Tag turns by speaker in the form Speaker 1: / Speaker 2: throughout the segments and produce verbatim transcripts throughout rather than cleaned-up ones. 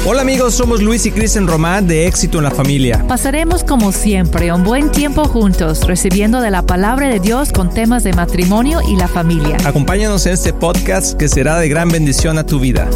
Speaker 1: Hola amigos, somos Luis y Kristen Román de Éxito en la Familia.
Speaker 2: Pasaremos como siempre un buen tiempo juntos, recibiendo de la palabra de Dios con temas de matrimonio y la familia.
Speaker 1: Acompáñanos en este podcast que será de gran bendición a tu vida.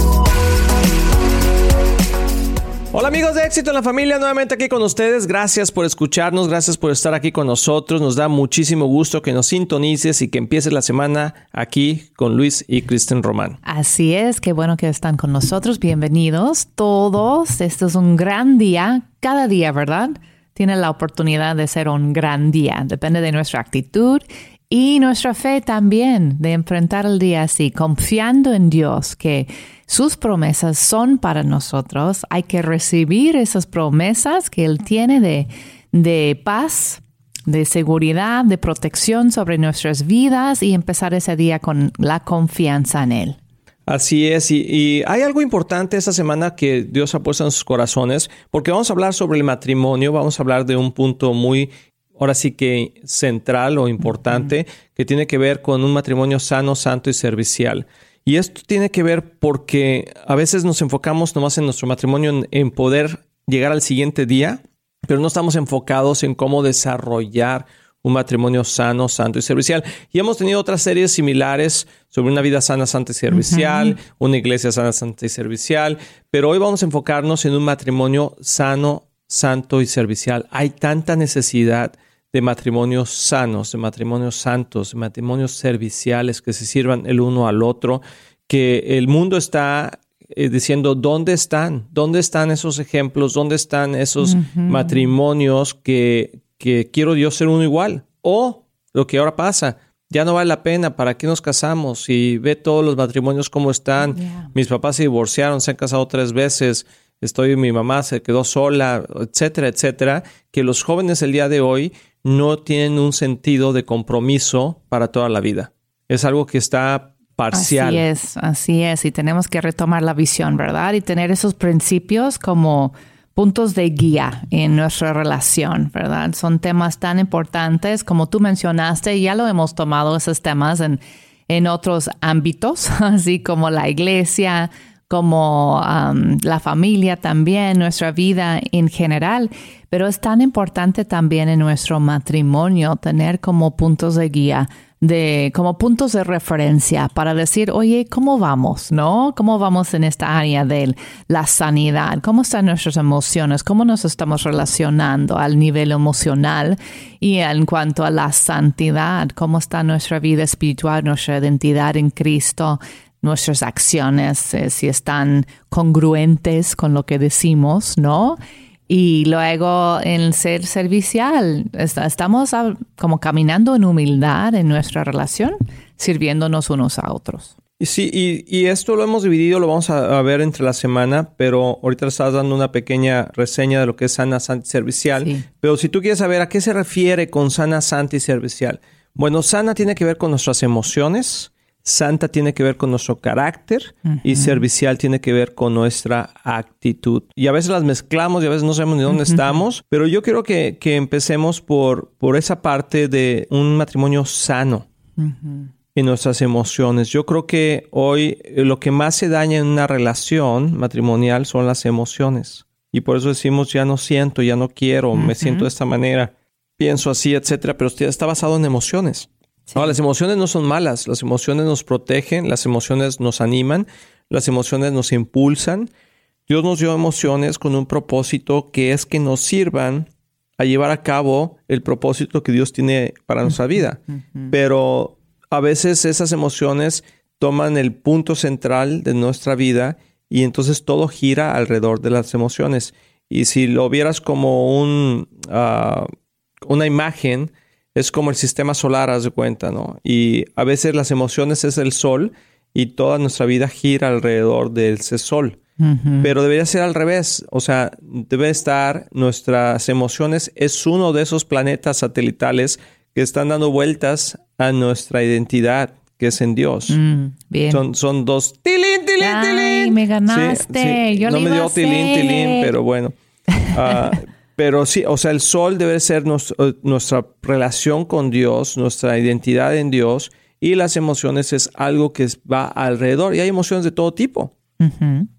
Speaker 1: Hola amigos de Éxito en la Familia, nuevamente aquí con ustedes. Gracias por escucharnos, gracias por estar aquí con nosotros. Nos da muchísimo gusto que nos sintonices y que empieces la semana aquí con Luis y Kristen Román.
Speaker 2: Así es, qué bueno que están con nosotros. Bienvenidos todos. Este es un gran día, cada día, ¿verdad? Tiene la oportunidad de ser un gran día. Depende de nuestra actitud y nuestra fe también, de enfrentar el día así, confiando en Dios, que sus promesas son para nosotros. Hay que recibir esas promesas que Él tiene de, de paz, de seguridad, de protección sobre nuestras vidas y empezar ese día con la confianza en Él.
Speaker 1: Así es, y, y hay algo importante esta semana que Dios ha puesto en sus corazones, porque vamos a hablar sobre el matrimonio, vamos a hablar de un punto muy, ahora sí que central o importante, uh-huh. que tiene que ver con un matrimonio sano, santo y servicial. Y esto tiene que ver porque a veces nos enfocamos nomás en nuestro matrimonio, en, en poder llegar al siguiente día, pero no estamos enfocados en cómo desarrollar un matrimonio sano, santo y servicial. Y hemos tenido otras series similares sobre una vida sana, santa y servicial, uh-huh. una iglesia sana, santa y servicial, pero hoy vamos a enfocarnos en un matrimonio sano, santo y servicial. Hay tanta necesidad de matrimonios sanos, de matrimonios santos, de matrimonios serviciales que se sirvan el uno al otro, que el mundo está eh, diciendo, ¿dónde están? ¿Dónde están esos ejemplos? ¿Dónde están esos uh-huh. matrimonios que, que quiero yo ser uno igual? O lo que ahora pasa, ya no vale la pena, ¿para qué nos casamos? Y ve todos los matrimonios cómo están. Yeah. Mis papás se divorciaron, se han casado tres veces, estoy, mi mamá se quedó sola, etcétera, etcétera, que los jóvenes el día de hoy no tienen un sentido de compromiso para toda la vida. Es algo que está parcial.
Speaker 2: Así es, así es. Y tenemos que retomar la visión, ¿verdad? Y tener esos principios como puntos de guía en nuestra relación, ¿verdad? Son temas tan importantes como tú mencionaste. Ya lo hemos tomado esos temas en, en otros ámbitos, así como la iglesia, como um, la familia también, nuestra vida en general. Pero es tan importante también en nuestro matrimonio tener como puntos de guía, de como puntos de referencia para decir, oye, ¿cómo vamos? ¿No? ¿Cómo vamos en esta área de la sanidad? ¿Cómo están nuestras emociones? ¿Cómo nos estamos relacionando al nivel emocional? Y en cuanto a la santidad, ¿cómo está nuestra vida espiritual, nuestra identidad en Cristo? Nuestras acciones, eh, si están congruentes con lo que decimos, ¿no? Y luego en ser servicial, est- estamos a, como caminando en humildad en nuestra relación, sirviéndonos unos a otros.
Speaker 1: Y sí, y, y esto lo hemos dividido, lo vamos a, a ver entre la semana, pero ahorita le estás dando una pequeña reseña de lo que es sana, santa y servicial. Sí. Pero si tú quieres saber a qué se refiere con sana, santa y servicial, bueno, sana tiene que ver con nuestras emociones, santa tiene que ver con nuestro carácter uh-huh. y servicial tiene que ver con nuestra actitud. Y a veces las mezclamos y a veces no sabemos ni dónde uh-huh. estamos, pero yo quiero que, que empecemos por, por esa parte de un matrimonio sano uh-huh. en nuestras emociones. Yo creo que hoy lo que más se daña en una relación matrimonial son las emociones. Y por eso decimos, ya no siento, ya no quiero, uh-huh. me siento de esta manera, pienso así, etcétera, pero está basado en emociones. Sí. Ahora, las emociones no son malas, las emociones nos protegen, las emociones nos animan, las emociones nos impulsan. Dios nos dio emociones con un propósito que es que nos sirvan a llevar a cabo el propósito que Dios tiene para nuestra vida. Uh-huh. Pero a veces esas emociones toman el punto central de nuestra vida y entonces todo gira alrededor de las emociones. Y si lo vieras como un, uh, una imagen, es como el sistema solar, haz de cuenta, ¿no? Y a veces las emociones es el sol y toda nuestra vida gira alrededor de ese sol. Uh-huh. Pero debería ser al revés. O sea, debe estar, nuestras emociones es uno de esos planetas satelitales que están dando vueltas a nuestra identidad, que es en Dios. Mm, bien. Son, son dos. ¡Tilín, tilín, tilín!
Speaker 2: ¡Ay, me ganaste! Sí, sí.
Speaker 1: Yo no me dio tilín, tilín, pero bueno. Uh, Pero sí, o sea, el sol debe ser nos, nuestra relación con Dios, nuestra identidad en Dios, y las emociones es algo que va alrededor. Y hay emociones de todo tipo. Uh-huh.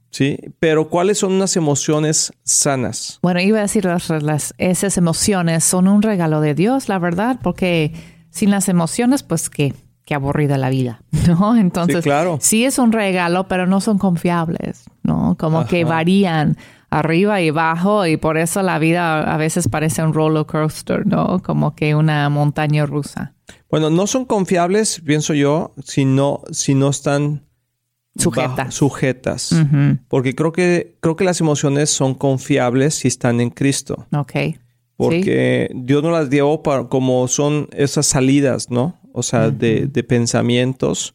Speaker 1: Sí, pero ¿cuáles son unas emociones sanas?
Speaker 2: Bueno, iba a decir, las, las, esas emociones son un regalo de Dios, la verdad, porque sin las emociones, pues qué, qué aburrida la vida, ¿no? Entonces,
Speaker 1: sí, claro.
Speaker 2: sí es un regalo, pero no son confiables, ¿no? Como Ajá. que varían arriba y abajo, y por eso la vida a veces parece un roller coaster, ¿no? Como que una montaña rusa.
Speaker 1: Bueno, no son confiables, pienso yo, si no, si no están
Speaker 2: sujetas.
Speaker 1: Bajo, sujetas.
Speaker 2: Uh-huh.
Speaker 1: Porque creo que, creo que las emociones son confiables si están en Cristo.
Speaker 2: Ok.
Speaker 1: Porque
Speaker 2: ¿Sí?
Speaker 1: Dios nos las dio para, como son esas salidas, ¿no? O sea, uh-huh. de, de pensamientos,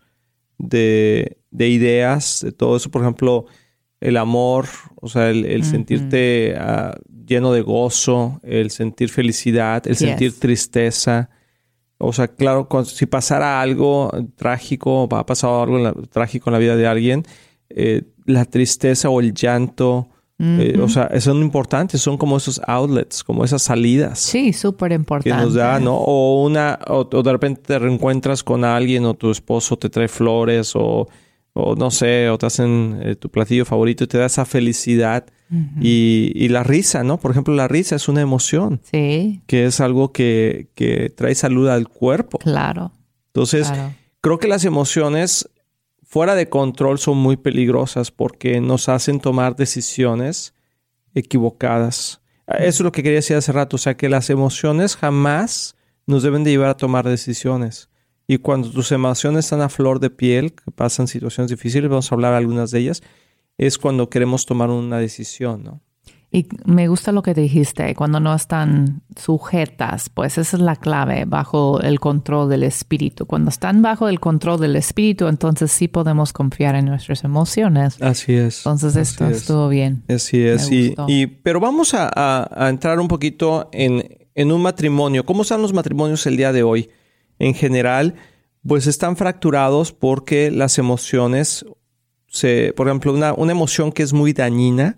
Speaker 1: de, de ideas, de todo eso. Por ejemplo, el amor, o sea, el, el uh-huh. sentirte uh, lleno de gozo, el sentir felicidad, el yes. sentir tristeza. O sea, claro, cuando, si pasara algo trágico, ha pasado algo en la, trágico en la vida de alguien, eh, la tristeza o el llanto, uh-huh. eh, o sea, son importantes, son como esos outlets, como esas salidas.
Speaker 2: Sí, súper importante.
Speaker 1: Que nos da, ¿no? O una, o, o de repente te reencuentras con alguien o tu esposo te trae flores o, o no sé, o te hacen eh, tu platillo favorito y te da esa felicidad. Uh-huh. Y, y la risa, ¿no? Por ejemplo, la risa es una emoción.
Speaker 2: Sí.
Speaker 1: Que es algo que, que trae salud al cuerpo.
Speaker 2: Claro.
Speaker 1: Entonces, claro. creo que las emociones fuera de control son muy peligrosas porque nos hacen tomar decisiones equivocadas. Uh-huh. Eso es lo que quería decir hace rato. O sea, que las emociones jamás nos deben de llevar a tomar decisiones. Y cuando tus emociones están a flor de piel, que pasan situaciones difíciles, vamos a hablar de algunas de ellas, es cuando queremos tomar una decisión, ¿no?
Speaker 2: Y me gusta lo que dijiste, cuando no están sujetas, pues esa es la clave, bajo el control del espíritu. Cuando están bajo el control del espíritu, entonces sí podemos confiar en nuestras emociones.
Speaker 1: Así es.
Speaker 2: Entonces
Speaker 1: así
Speaker 2: esto
Speaker 1: es.
Speaker 2: estuvo bien.
Speaker 1: Así es. Y, y, pero vamos a, a, a entrar un poquito en, en un matrimonio. ¿Cómo están los matrimonios el día de hoy? En general, pues están fracturados porque las emociones... Se, por ejemplo, una, una emoción que es muy dañina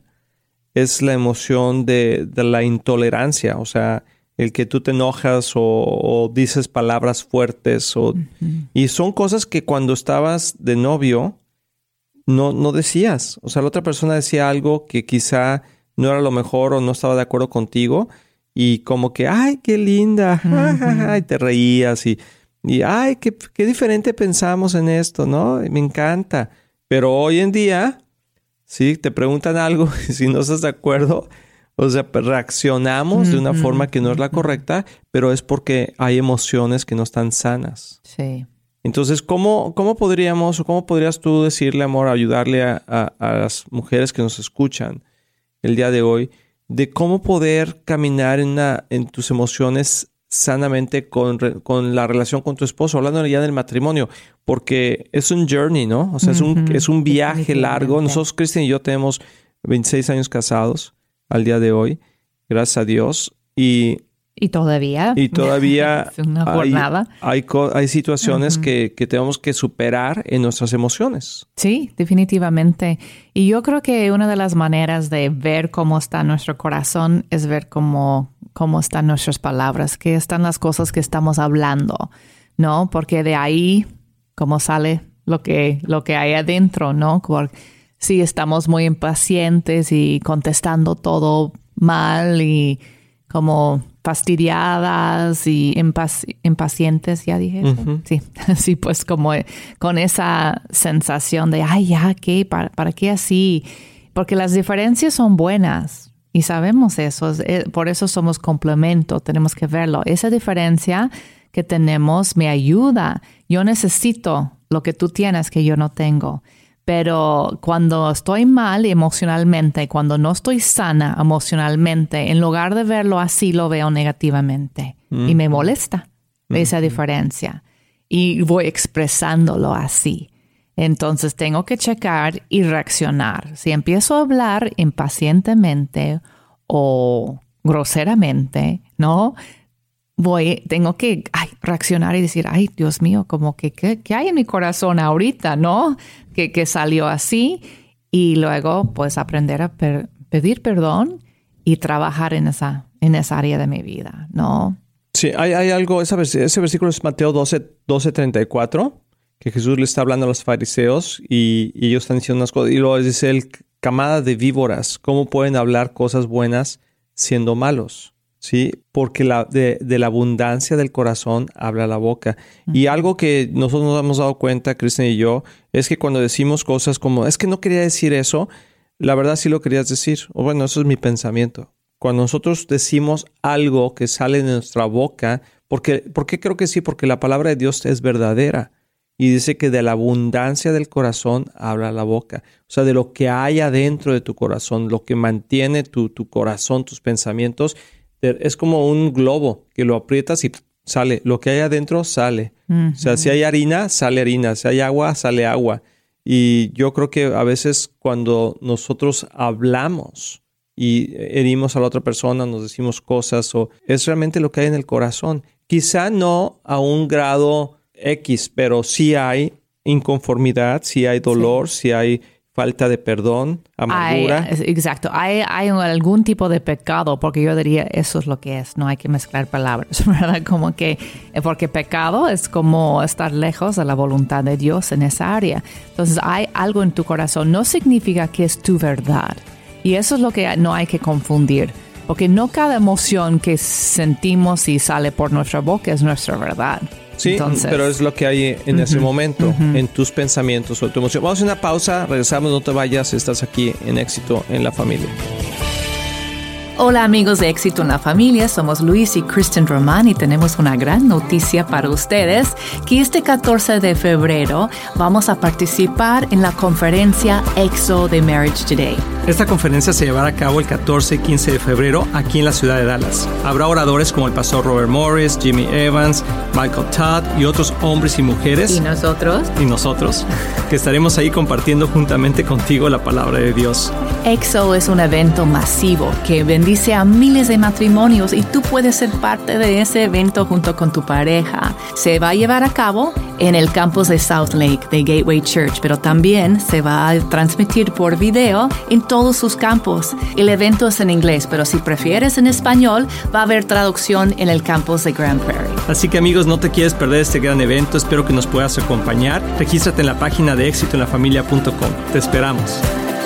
Speaker 1: es la emoción de, de la intolerancia. O sea, el que tú te enojas o, o dices palabras fuertes. O, uh-huh. Y son cosas que cuando estabas de novio no, no decías. O sea, la otra persona decía algo que quizá no era lo mejor o no estaba de acuerdo contigo. Y como que, ¡ay, qué linda! Uh-huh. Y te reías. Y, y ¡ay, qué, qué diferente pensamos en esto! ¿No? Me encanta. Pero hoy en día, si te preguntan algo y si no estás de acuerdo, o sea, reaccionamos mm-hmm. de una forma que no es la correcta, pero es porque hay emociones que no están sanas.
Speaker 2: Sí.
Speaker 1: Entonces, ¿cómo, cómo podríamos o cómo podrías tú decirle, amor, ayudarle a, a, a las mujeres que nos escuchan el día de hoy de cómo poder caminar en, una, en tus emociones sanamente con, con la relación con tu esposo, hablando ya del matrimonio, porque es un journey, ¿no? O sea, es un, es un viaje largo. Nosotros, Cristian y yo, tenemos veintiséis años casados al día de hoy, gracias a Dios. Y,
Speaker 2: y todavía.
Speaker 1: Y todavía
Speaker 2: es una jornada.
Speaker 1: Hay, hay, hay situaciones uh-huh. que, que tenemos que superar en nuestras emociones.
Speaker 2: Sí, definitivamente. Y yo creo que una de las maneras de ver cómo está nuestro corazón es ver cómo... cómo están nuestras palabras, qué están las cosas que estamos hablando, ¿no? Porque de ahí, cómo sale lo que, lo que hay adentro, ¿no? Porque si estamos muy impacientes y contestando todo mal y como fastidiadas y impaci- impacientes, ¿ya dije eso? Uh-huh. Sí, sí, pues como con esa sensación de, ay, ya, ¿qué? ¿Para, para qué así? Porque las diferencias son buenas. Y sabemos eso, por eso somos complemento, tenemos que verlo. Esa diferencia que tenemos me ayuda. Yo necesito lo que tú tienes que yo no tengo. Pero cuando estoy mal emocionalmente, cuando no estoy sana emocionalmente, en lugar de verlo así, lo veo negativamente. Mm. Y me molesta mm. esa diferencia. Y voy expresándolo así. Entonces tengo que checar y reaccionar. Si empiezo a hablar impacientemente o groseramente, ¿no? Voy, tengo que ay, reaccionar y decir, ay, Dios mío, como que, ¿qué, qué hay en mi corazón ahorita, no? Que, que salió así. Y luego, pues, aprender a per- pedir perdón y trabajar en esa, en esa área de mi vida, ¿no?
Speaker 1: Sí, hay, hay algo, ese, vers- ese versículo es Mateo doce, doce, treinta y cuatro. Que Jesús le está hablando a los fariseos y, y ellos están diciendo unas cosas. Y luego dice él, camada de víboras, ¿cómo pueden hablar cosas buenas siendo malos? ¿Sí? Porque la, de, de la abundancia del corazón habla la boca. Uh-huh. Y algo que nosotros nos hemos dado cuenta, Kristen y yo, es que cuando decimos cosas como, es que no quería decir eso, la verdad sí lo querías decir. O bueno, eso es mi pensamiento. Cuando nosotros decimos algo que sale de nuestra boca, porque, ¿por qué creo que sí? Porque la palabra de Dios es verdadera. Y dice que de la abundancia del corazón habla la boca. O sea, de lo que hay adentro de tu corazón, lo que mantiene tu, tu corazón, tus pensamientos. Es como un globo que lo aprietas y sale. Lo que hay adentro sale. Uh-huh. O sea, si hay harina, sale harina. Si hay agua, sale agua. Y yo creo que a veces cuando nosotros hablamos y herimos a la otra persona, nos decimos cosas, o es realmente lo que hay en el corazón. Quizá no a un grado X, pero sí hay inconformidad, sí hay dolor, sí, sí hay falta de perdón, amargura.
Speaker 2: Hay, exacto. Hay, hay algún tipo de pecado, porque yo diría eso es lo que es. No hay que mezclar palabras, ¿verdad? Como que, porque pecado es como estar lejos de la voluntad de Dios en esa área. Entonces hay algo en tu corazón. No significa que es tu verdad. Y eso es lo que no hay que confundir. Porque no cada emoción que sentimos y sale por nuestra boca es nuestra verdad.
Speaker 1: Sí, entonces, pero es lo que hay en uh-huh, ese momento, uh-huh. en tus pensamientos o tu emoción. Vamos a una pausa, regresamos, no te vayas, estás aquí en Éxito en la Familia.
Speaker 2: Hola amigos de Éxito en la Familia, somos Luis y Kristen Román y tenemos una gran noticia para ustedes, que este catorce de febrero vamos a participar en la conferencia EXO de Marriage Today.
Speaker 1: Esta conferencia se llevará a cabo el catorce y quince de febrero aquí en la ciudad de Dallas. Habrá oradores como el pastor Robert Morris, Jimmy Evans, Michael Todd y otros hombres y mujeres.
Speaker 2: ¿Y nosotros?
Speaker 1: Y nosotros, que estaremos ahí compartiendo juntamente contigo la palabra de Dios.
Speaker 2: EXO es un evento masivo que bendice a miles de matrimonios y tú puedes ser parte de ese evento junto con tu pareja. Se va a llevar a cabo en el campus de South Lake de Gateway Church, pero también se va a transmitir por video en todos sus campus. El evento es en inglés, pero si prefieres en español, va a haber traducción en el campus de Grand Prairie.
Speaker 1: Así que amigos, no te quieres perder este gran evento. Espero que nos puedas acompañar. Regístrate en la página de éxito en la familia punto com. Te esperamos.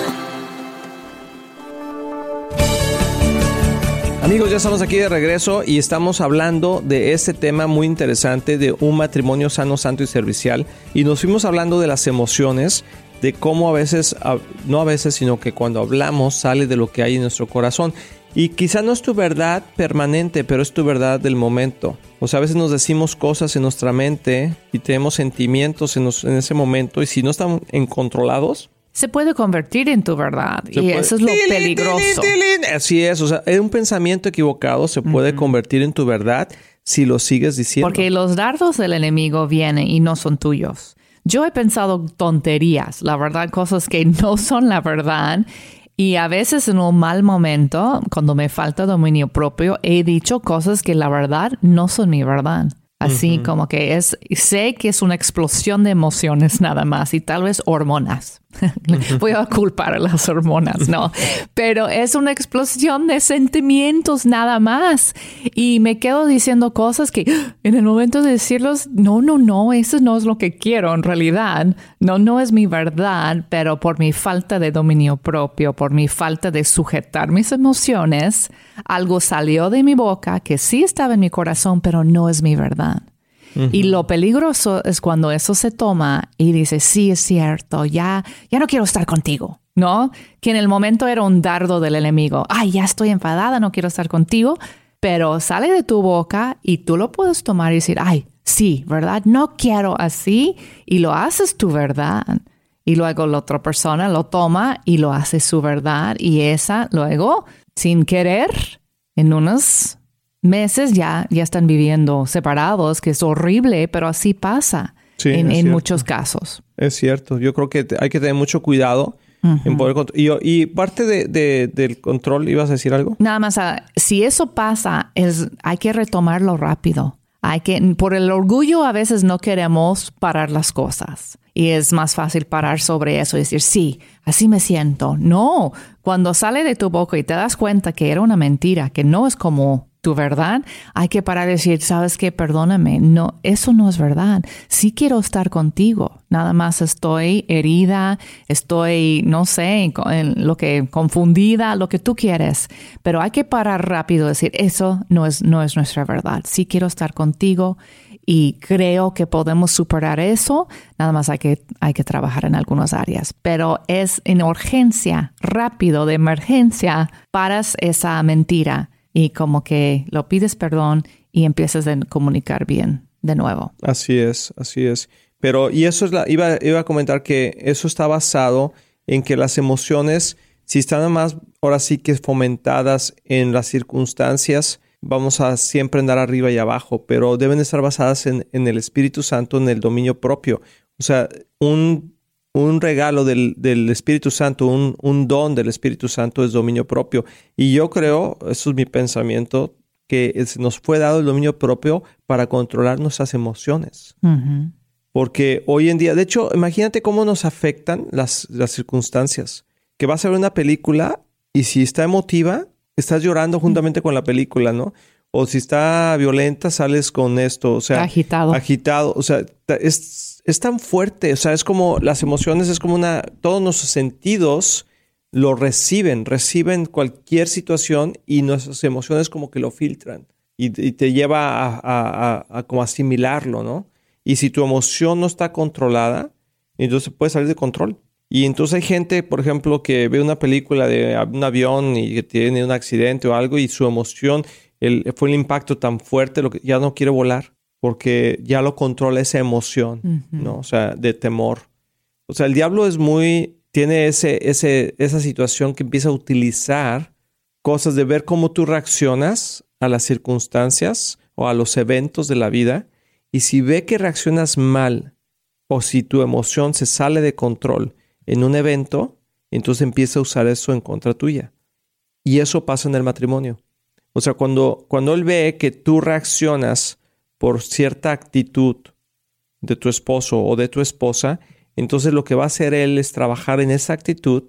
Speaker 1: Amigos, ya estamos aquí de regreso y estamos hablando de este tema muy interesante de un matrimonio sano, santo y servicial. Y nos fuimos hablando de las emociones, de cómo a veces, no a veces, sino que cuando hablamos sale de lo que hay en nuestro corazón. Y quizá no es tu verdad permanente, pero es tu verdad del momento. O sea, a veces nos decimos cosas en nuestra mente y tenemos sentimientos en, nos, en ese momento. Y si no están en controlados,
Speaker 2: se puede convertir en tu verdad. Y puede, eso es lo tilín, peligroso.
Speaker 1: Tilín, tilín. Así es. O sea, un pensamiento equivocado se puede uh-huh. convertir en tu verdad si lo sigues diciendo.
Speaker 2: Porque los dardos del enemigo vienen y no son tuyos. Yo he pensado tonterías, la verdad, cosas que no son la verdad. Y a veces en un mal momento, cuando me falta dominio propio, he dicho cosas que la verdad no son mi verdad. Así uh-huh. como que es, sé que es una explosión de emociones nada más y tal vez hormonas. Voy a culpar a las hormonas, no. Pero es una explosión de sentimientos nada más. Y me quedo diciendo cosas que en el momento de decirlos, no, no, no, eso no es lo que quiero en realidad. No, no es mi verdad, pero por mi falta de dominio propio, por mi falta de sujetar mis emociones, algo salió de mi boca que sí estaba en mi corazón, pero no es mi verdad. Uh-huh. Y lo peligroso es cuando eso se toma y dice, sí, es cierto, ya, ya no quiero estar contigo, ¿no? Que en el momento era un dardo del enemigo. Ay, ya estoy enfadada, no quiero estar contigo. Pero sale de tu boca y tú lo puedes tomar y decir, ay, sí, ¿verdad? No quiero así. Y lo haces tu verdad. Y luego la otra persona lo toma y lo hace su verdad. Y esa luego, sin querer, en unos meses ya, ya están viviendo separados, que es horrible, pero así pasa sí, en, en muchos casos.
Speaker 1: Es cierto. Yo creo que hay que tener mucho cuidado uh-huh. en poder control. Y, y parte de, de, del control, ¿ibas a decir algo?
Speaker 2: Nada más, uh, si eso pasa, es, hay que retomarlo rápido. Hay que, por el orgullo a veces no queremos parar las cosas. Y es más fácil parar sobre eso y decir, sí, así me siento. No, cuando sale de tu boca y te das cuenta que era una mentira, que no es como tu verdad, hay que parar y decir, ¿sabes qué? Perdóname. No, eso no es verdad. Sí quiero estar contigo. Nada más estoy herida, estoy, no sé, en lo que confundida, lo que tú quieres. Pero hay que parar rápido y decir, eso no es, no es nuestra verdad. Sí quiero estar contigo y creo que podemos superar eso. Nada más hay que, hay que trabajar en algunas áreas. Pero es en urgencia, rápido, de emergencia, paras esa mentira. Y como que lo pides perdón y empiezas a comunicar bien de nuevo.
Speaker 1: Así es, así es. Pero, y eso es la, iba, iba a comentar que eso está basado en que las emociones, si están más, ahora sí que fomentadas en las circunstancias, vamos a siempre andar arriba y abajo, pero deben estar basadas en, en el Espíritu Santo, en el dominio propio. O sea, un... Un regalo del, del Espíritu Santo, un, un don del Espíritu Santo es dominio propio. Y yo creo, eso es mi pensamiento, que es, nos fue dado el dominio propio para controlar nuestras emociones. Uh-huh. Porque hoy en día, de hecho, imagínate cómo nos afectan las, las circunstancias. Que vas a ver una película y si está emotiva, estás llorando juntamente uh-huh. con la película, ¿no? O si está violenta, sales con esto. O sea,
Speaker 2: agitado.
Speaker 1: Agitado. O sea, es... Es tan fuerte, o sea, es como las emociones, es como una, todos nuestros sentidos lo reciben, reciben cualquier situación y nuestras emociones como que lo filtran y, y te lleva a, a, a, a como asimilarlo, ¿no? Y si tu emoción no está controlada, entonces puede salir de control. Y entonces hay gente, por ejemplo, que ve una película de un avión y que tiene un accidente o algo y su emoción, el, fue el impacto tan fuerte, lo que ya no quiere volar. Porque ya lo controla esa emoción, uh-huh. ¿no? O sea, de temor. O sea, el diablo es muy... Tiene ese, ese, esa situación que empieza a utilizar cosas de ver cómo tú reaccionas a las circunstancias o a los eventos de la vida. Y si ve que reaccionas mal o si tu emoción se sale de control en un evento, entonces empieza a usar eso en contra tuya. Y eso pasa en el matrimonio. O sea, cuando, cuando él ve que tú reaccionas por cierta actitud de tu esposo o de tu esposa, entonces lo que va a hacer él es trabajar en esa actitud.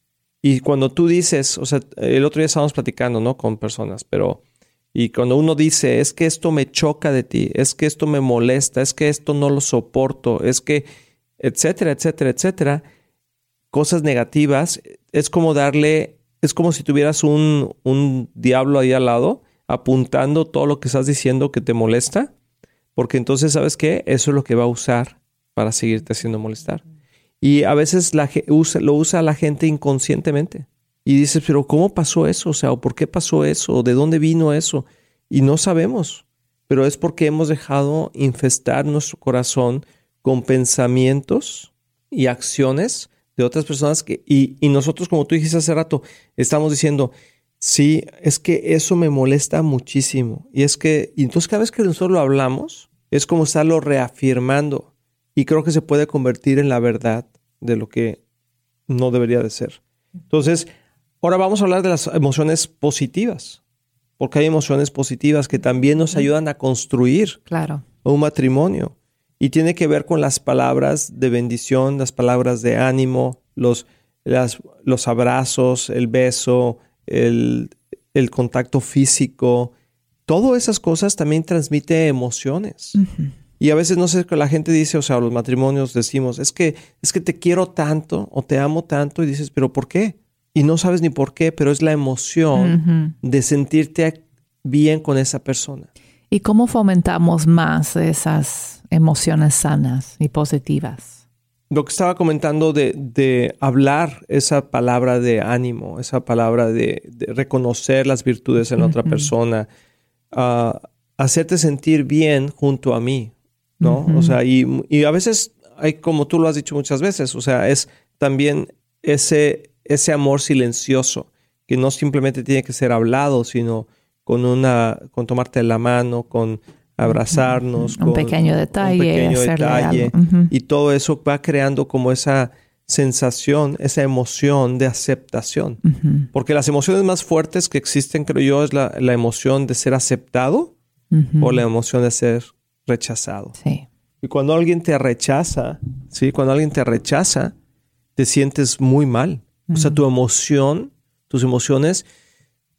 Speaker 1: Y cuando tú dices, o sea, el otro día estábamos platicando, ¿no? Con personas, pero... Y cuando uno dice, es que esto me choca de ti, es que esto me molesta, es que esto no lo soporto, es que, etcétera, etcétera, etcétera, cosas negativas, es como darle, es como si tuvieras un, un diablo ahí al lado, apuntando todo lo que estás diciendo que te molesta. Porque entonces, ¿sabes qué? Eso es lo que va a usar para seguirte haciendo molestar. Y a veces la, usa, lo usa la gente inconscientemente. Y dices, pero ¿cómo pasó eso? O sea, ¿o por qué pasó eso? ¿O de dónde vino eso? Y no sabemos. Pero es porque hemos dejado infestar nuestro corazón con pensamientos y acciones de otras personas. Que, y, y nosotros, como tú dijiste hace rato, estamos diciendo... Sí, es que eso me molesta muchísimo. Y es que, y entonces cada vez que nosotros lo hablamos, es como estarlo reafirmando. Y creo que se puede convertir en la verdad de lo que no debería de ser. Entonces, ahora vamos a hablar de las emociones positivas. Porque hay emociones positivas que también nos ayudan a construir
Speaker 2: claro.
Speaker 1: un matrimonio. Y tiene que ver con las palabras de bendición, las palabras de ánimo, los, las, los abrazos, el beso, El, el contacto físico, todas esas cosas también transmite emociones. Uh-huh. Y a veces no sé, la gente dice, o sea, los matrimonios decimos, es que, es que te quiero tanto o te amo tanto y dices, ¿pero por qué? Y no sabes ni por qué, pero es la emoción uh-huh. de sentirte bien con esa persona.
Speaker 2: ¿Y cómo fomentamos más esas emociones sanas y positivas?
Speaker 1: Lo que estaba comentando de, de hablar esa palabra de ánimo, esa palabra de, de reconocer las virtudes en uh-huh. otra persona, uh, hacerte sentir bien junto a mí, ¿no? Uh-huh. O sea, y, y a veces hay, como tú lo has dicho muchas veces, o sea, es también ese, ese amor silencioso, que no simplemente tiene que ser hablado, sino con una, con tomarte la mano, con abrazarnos,
Speaker 2: un
Speaker 1: con
Speaker 2: pequeño detalle,
Speaker 1: un pequeño detalle uh-huh. y todo eso va creando como esa sensación, esa emoción de aceptación. Uh-huh. Porque las emociones más fuertes que existen, creo yo, es la, la emoción de ser aceptado uh-huh. o la emoción de ser rechazado.
Speaker 2: Sí.
Speaker 1: Y cuando alguien te rechaza, ¿sí? Cuando alguien te rechaza, te sientes muy mal. Uh-huh. O sea, tu emoción, tus emociones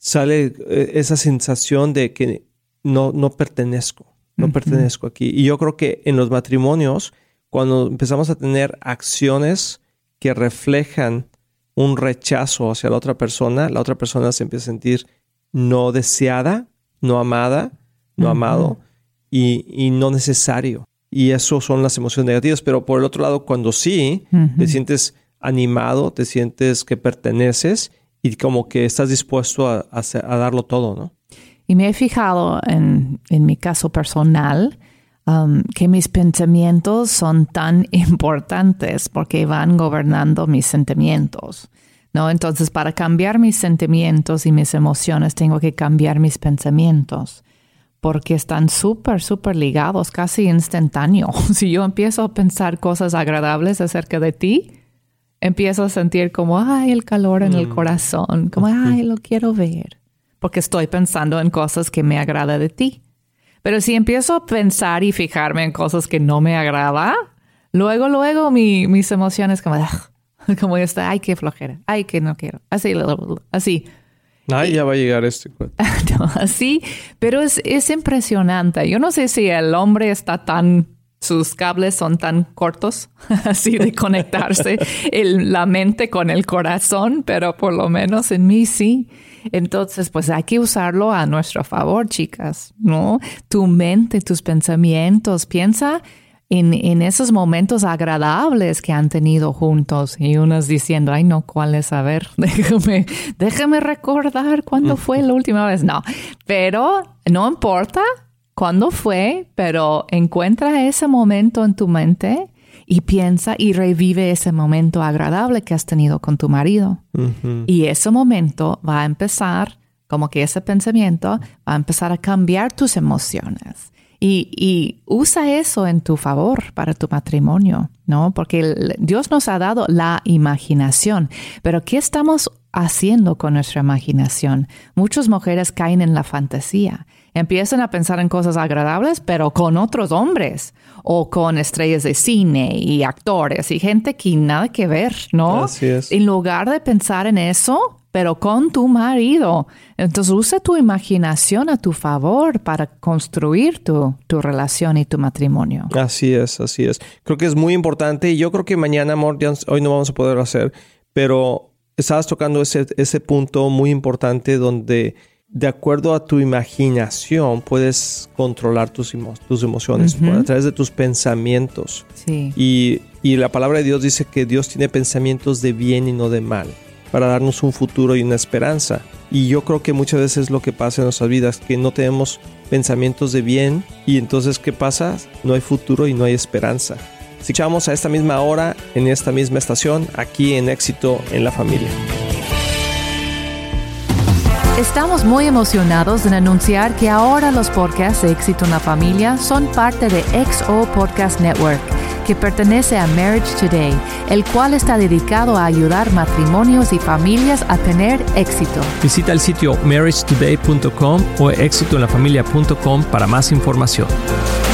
Speaker 1: sale eh, esa sensación de que no, no pertenezco, no uh-huh. pertenezco aquí. Y yo creo que en los matrimonios, cuando empezamos a tener acciones que reflejan un rechazo hacia la otra persona, la otra persona se empieza a sentir no deseada, no amada, no uh-huh. amado y, y no necesario. Y eso son las emociones negativas. Pero por el otro lado, cuando sí, uh-huh. te sientes animado, te sientes que perteneces y como que estás dispuesto a, a, a darlo todo, ¿no?
Speaker 2: Y me he fijado en, en mi caso personal um, que mis pensamientos son tan importantes porque van gobernando mis sentimientos, ¿no? Entonces, para cambiar mis sentimientos y mis emociones, tengo que cambiar mis pensamientos porque están súper, súper ligados, casi instantáneos. Si yo empiezo a pensar cosas agradables acerca de ti, empiezo a sentir como, ay, el calor en mm. el corazón, como, ay, lo quiero ver, porque estoy pensando en cosas que me agrada de ti. Pero si empiezo a pensar y fijarme en cosas que no me agrada, luego, luego mi, mis emociones como, como está, ay, qué flojera, ay, que no quiero, así, así.
Speaker 1: Ay, ya va a llegar este cuento.
Speaker 2: No, así, pero es, es impresionante. Yo no sé si el hombre está tan, sus cables son tan cortos, así de conectarse el, la mente con el corazón, pero por lo menos en mí sí. Entonces, pues hay que usarlo a nuestro favor, chicas, ¿no? Tu mente, tus pensamientos, piensa en, en esos momentos agradables que han tenido juntos. Y unas diciendo, ay, no, ¿cuál es? A ver, déjame, déjame recordar cuándo fue la última vez. No, pero no importa cuándo fue, pero encuentra ese momento en tu mente y piensa y revive ese momento agradable que has tenido con tu marido. Uh-huh. Y ese momento va a empezar, como que ese pensamiento va a empezar a cambiar tus emociones. Y, y usa eso en tu favor para tu matrimonio, ¿no? Porque el, Dios nos ha dado la imaginación. Pero ¿qué estamos haciendo con nuestra imaginación? Muchas mujeres caen en la fantasía. Empiezan a pensar en cosas agradables, pero con otros hombres o con estrellas de cine y actores y gente que nada que ver, ¿no?
Speaker 1: Así es.
Speaker 2: En lugar de pensar en eso, pero con tu marido. Entonces, usa tu imaginación a tu favor para construir tu, tu relación y tu matrimonio.
Speaker 1: Así es, así es. Creo que es muy importante y yo creo que mañana, amor, ya hoy no vamos a poder hacer, pero estabas tocando ese, ese punto muy importante donde de acuerdo a tu imaginación puedes controlar tus, emo- tus emociones uh-huh. por, a través de tus pensamientos.
Speaker 2: Sí.
Speaker 1: Y, y la palabra de Dios dice que Dios tiene pensamientos de bien y no de mal, para darnos un futuro y una esperanza. Y yo creo que muchas veces es lo que pasa en nuestras vidas, que no tenemos pensamientos de bien y entonces ¿qué pasa? No hay futuro y no hay esperanza. Escuchamos a esta misma hora, en esta misma estación, aquí en Éxito en la Familia.
Speaker 2: Estamos muy emocionados en anunciar que ahora los podcasts de Éxito en la Familia son parte de X O Podcast Network, que pertenece a Marriage Today, el cual está dedicado a ayudar matrimonios y familias a tener éxito.
Speaker 1: Visita el sitio marriage today punto com o éxito en la familia punto com para más información.